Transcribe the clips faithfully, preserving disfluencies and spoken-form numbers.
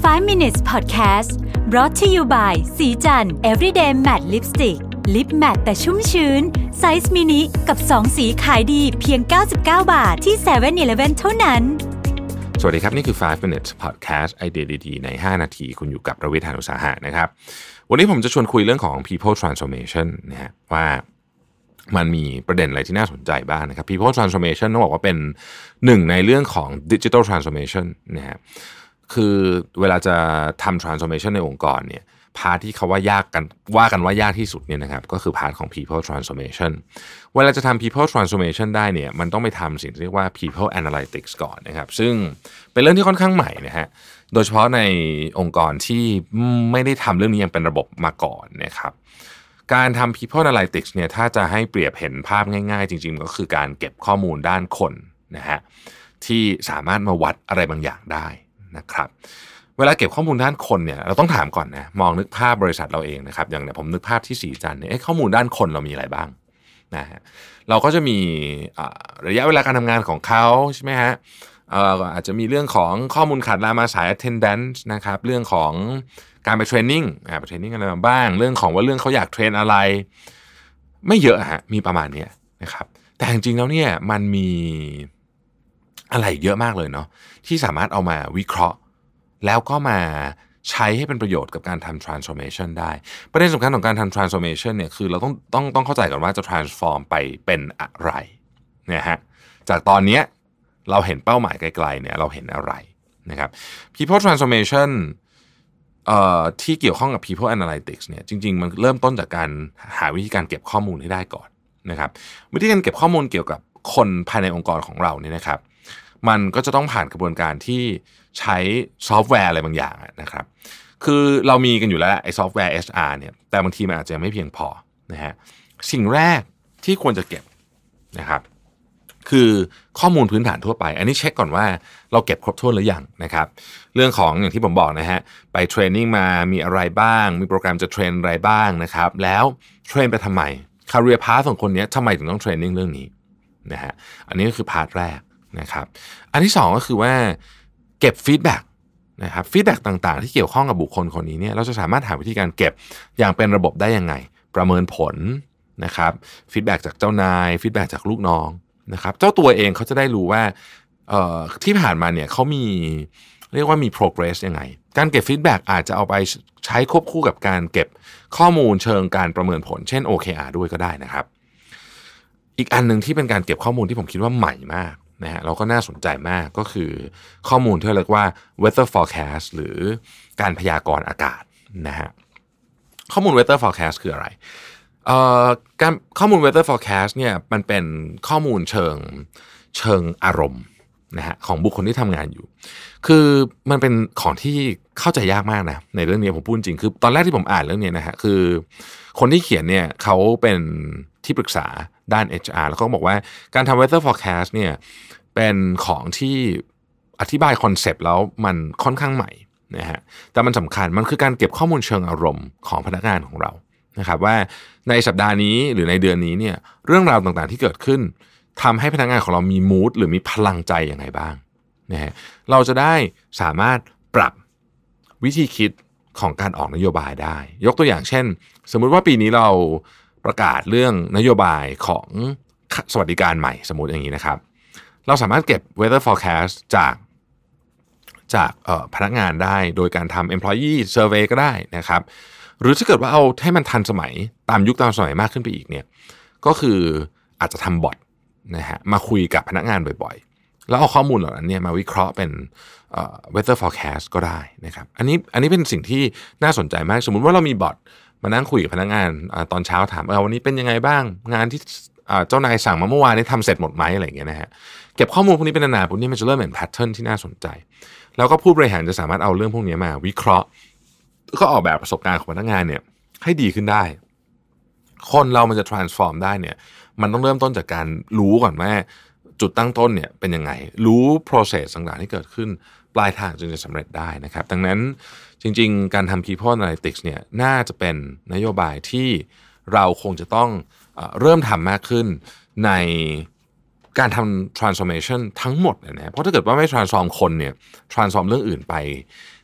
five minutes podcast brought to you by สีจัน everyday matte lipstick lip matte แต่ชุ่มชื้นไซส์มินิกับสองสีขายดีเพียงเก้าสิบเก้าบาทที่ เซเว่น อีเลฟเว่น เท่านั้นสวัสดีครับนี่คือ five minutes podcast ไอเดียดีๆในห้านาทีคุณอยู่กับรวิทย์ หาญอุตสาหะนะครับวันนี้ผมจะชวนคุยเรื่องของ people transformation นะฮะว่ามันมีประเด็นอะไรที่น่าสนใจบ้างนะครับ people transformation ต้องบอกว่าเป็นหนึ่งในเรื่องของ digital transformation นะฮะคือเวลาจะทำ transformation ในองค์กรเนี่ยพาร์ทที่เขาว่ายากกันว่ากันว่ายากที่สุดเนี่ยนะครับก็คือพาร์ทของ people transformation เวลาจะทำ people transformation ได้เนี่ยมันต้องไปทำสิ่งที่เรียกว่า people analytics ก่อนนะครับซึ่งเป็นเรื่องที่ค่อนข้างใหม่นะฮะโดยเฉพาะในองค์กรที่ไม่ได้ทำเรื่องนี้อย่างเป็นระบบมาก่อนนะครับการทำ people analytics เนี่ยถ้าจะให้เปรียบเห็นภาพง่ายๆจริงๆก็คือการเก็บข้อมูลด้านคนนะฮะที่สามารถมาวัดอะไรบางอย่างได้นะครับเวลาเก็บข้อมูลด้านคนเนี่ยเราต้องถามก่อนนะมองนึกภาพบริษัทเราเองนะครับอย่างเนี่ยผมนึกภาพที่สีจันทร์เนี่ยข้อมูลด้านคนเรามีอะไรบ้างนะฮะเราก็จะมีระยะเวลาการทำงานของเขาใช่ไหมฮะอาจจะมีเรื่องของข้อมูลขาดลามาสาย attendance นะครับเรื่องของการไปเทรนนิ่งไปเทรนนิ่งอะไรมาบ้างเรื่องของว่าเรื่องเขาอยากเทรนอะไรไม่เยอะฮะมีประมาณนี้นะครับแต่จริงๆแล้วเนี่ยมันมีอะไรเยอะมากเลยเนาะที่สามารถเอามาวิเคราะห์แล้วก็มาใช้ให้เป็นประโยชน์กับการทำ transformation ได้ประเด็นสำคัญของการทำ transformation เนี่ยคือเราต้องต้องต้องเข้าใจก่อนว่าจะ transform ไปเป็นอะไรเนี่ยฮะจากตอนนี้เราเห็นเป้าหมายไกลๆเนี่ยเราเห็นอะไรนะครับ people transformation เอ่อที่เกี่ยวข้องกับ people analytics เนี่ยจริงๆมันเริ่มต้นจากการหาวิธีการเก็บข้อมูลให้ได้ก่อนนะครับวิธีการเก็บข้อมูลเกี่ยวกับคนภายในองค์กรของเราเนี่ยนะครับมันก็จะต้องผ่านกระบวนการที่ใช้ซอฟต์แวร์อะไรบางอย่างนะครับคือเรามีกันอยู่แล้วไอ้ซอฟต์แวร์ เอช อาร์ เนี่ยแต่บางทีมันอาจจะไม่เพียงพอนะฮะสิ่งแรกที่ควรจะเก็บนะครับคือข้อมูลพื้นฐานทั่วไปอันนี้เช็คก่อนว่าเราเก็บครบถ้วนหรือยังนะครับเรื่องของอย่างที่ผมบอกนะฮะไปเทรนนิ่งมามีอะไรบ้างมีโปรแกรมจะเทรนอะไรบ้างนะครับแล้วเทรนไปทำไม career path ของคนนี้ทำไมถึงต้องเทรนนิ่งเรื่องนี้นะฮะอันนี้ก็คือพาร์ทแรกนะครับอันที่สองก็คือว่าเก็บฟีดแบ็กนะครับฟีดแบ็กต่างๆที่เกี่ยวข้องกับบุคคลคนนี้เนี่ยเราจะสามารถหาวิธีการเก็บอย่างเป็นระบบได้ยังไงประเมินผลนะครับฟีดแบ็กจากเจ้านายฟีดแบ็กจากลูกน้องนะครับเจ้าตัวเองเขาจะได้รู้ว่าเอ่อที่ผ่านมาเนี่ยเขามีเรียกว่ามี progress ยังไงการเก็บฟีดแบ็กอาจจะเอาไปใช้ควบคู่กับการเก็บข้อมูลเชิงการประเมินผลเช่น โอ เค อาร์ ด้วยก็ได้นะครับอีกอันนึงที่เป็นการเก็บข้อมูลที่ผมคิดว่าใหม่มากนะฮะเราก็น่าสนใจมากก็คือข้อมูลที่เรียกว่า weather forecast หรือการพยากรณ์อากาศนะฮะข้อมูล weather forecast คืออะไรเอ่อการข้อมูล weather forecast เนี่ยมันเป็นข้อมูลเชิงเชิงอารมณ์นะฮะของบุคคลที่ทำงานอยู่คือมันเป็นของที่เข้าใจยากมากนะในเรื่องนี้ผมพูดจริงคือตอนแรกที่ผมอ่านเรื่องนี้นะฮะคือคนที่เขียนเนี่ยเขาเป็นที่ปรึกษาด้าน เอช อาร์ แล้วก็บอกว่าการทำ weather forecast เนี่ยเป็นของที่อธิบายคอนเซปต์แล้วมันค่อนข้างใหม่นะฮะแต่มันสำคัญมันคือการเก็บข้อมูลเชิงอารมณ์ของพนักงานของเรานะครับว่าในสัปดาห์นี้หรือในเดือนนี้เนี่ยเรื่องราวต่างๆที่เกิดขึ้นทำให้พนักงานของเรามีมูดหรือมีพลังใจยังไงบ้างนะฮะเราจะได้สามารถปรับวิธีคิดของการออกนโยบายได้ยกตัวอย่างเช่นสมมุติว่าปีนี้เราประกาศเรื่องนโยบายของสวัสดิการใหม่สมมุติอย่างนี้นะครับเราสามารถเก็บ weather forecast จากจากพนักงานได้โดยการทำ employee survey ก็ได้นะครับหรือถ้าเกิดว่าเอาให้มันทันสมัยตามยุคตามสมัยมากขึ้นไปอีกเนี่ยก็คืออาจจะทำบอทนะฮะมาคุยกับพนักงานบ่อยๆแล้วเอาข้อมูลเหล่านั้นเนี่ยมาวิเคราะห์เป็น weather forecast ก็ได้นะครับอันนี้อันนี้เป็นสิ่งที่น่าสนใจมากสมมุติว่าเรามีบอทมานั่งคุยกับพนักงานตอนเช้าถามเออวันนี้เป็นยังไงบ้างงานที่เจ้านายสั่งมาเมื่อวานนี้ทำเสร็จหมดไหมอะไรอย่างเงี้ยนะฮะเก็บข้อมูลพวกนี้เป็นนานๆพวกนี้มันจะเริ่มเห็นแพทเทิร์นที่น่าสนใจแล้วก็ผู้บริหารจะสามารถเอาเรื่องพวกนี้มาวิเคราะห์ก็ออกแบบประสบการณ์ของพนักงานเนี่ยให้ดีขึ้นได้คนเรามันจะ transform ได้เนี่ยมันต้องเริ่มต้นจากการรู้ก่อนว่าจุดตั้งต้นเนี่ยเป็นยังไงรู้ process ต่างๆที่เกิดขึ้นปลายทางจึงจะสำเร็จได้นะครับดังนั้นจริงๆการทำ people analytics เนี่ยน่าจะเป็นนโยบายที่เราคงจะต้องเริ่มทำมากขึ้นในการทำ transformation ทั้งหมดนะเพราะถ้าเกิดว่าไม่ transform คนเนี่ย transform เรื่องอื่นไป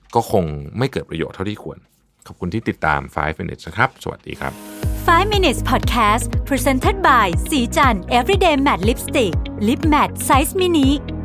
ก็คงไม่เกิดประโยชน์เท่าที่ควรขอบคุณที่ติดตามไฟว์ minutes นะครับสวัสดีครับไฟว์ minutes podcast presented by สีจัน everyday matte lipstick lip matte size mini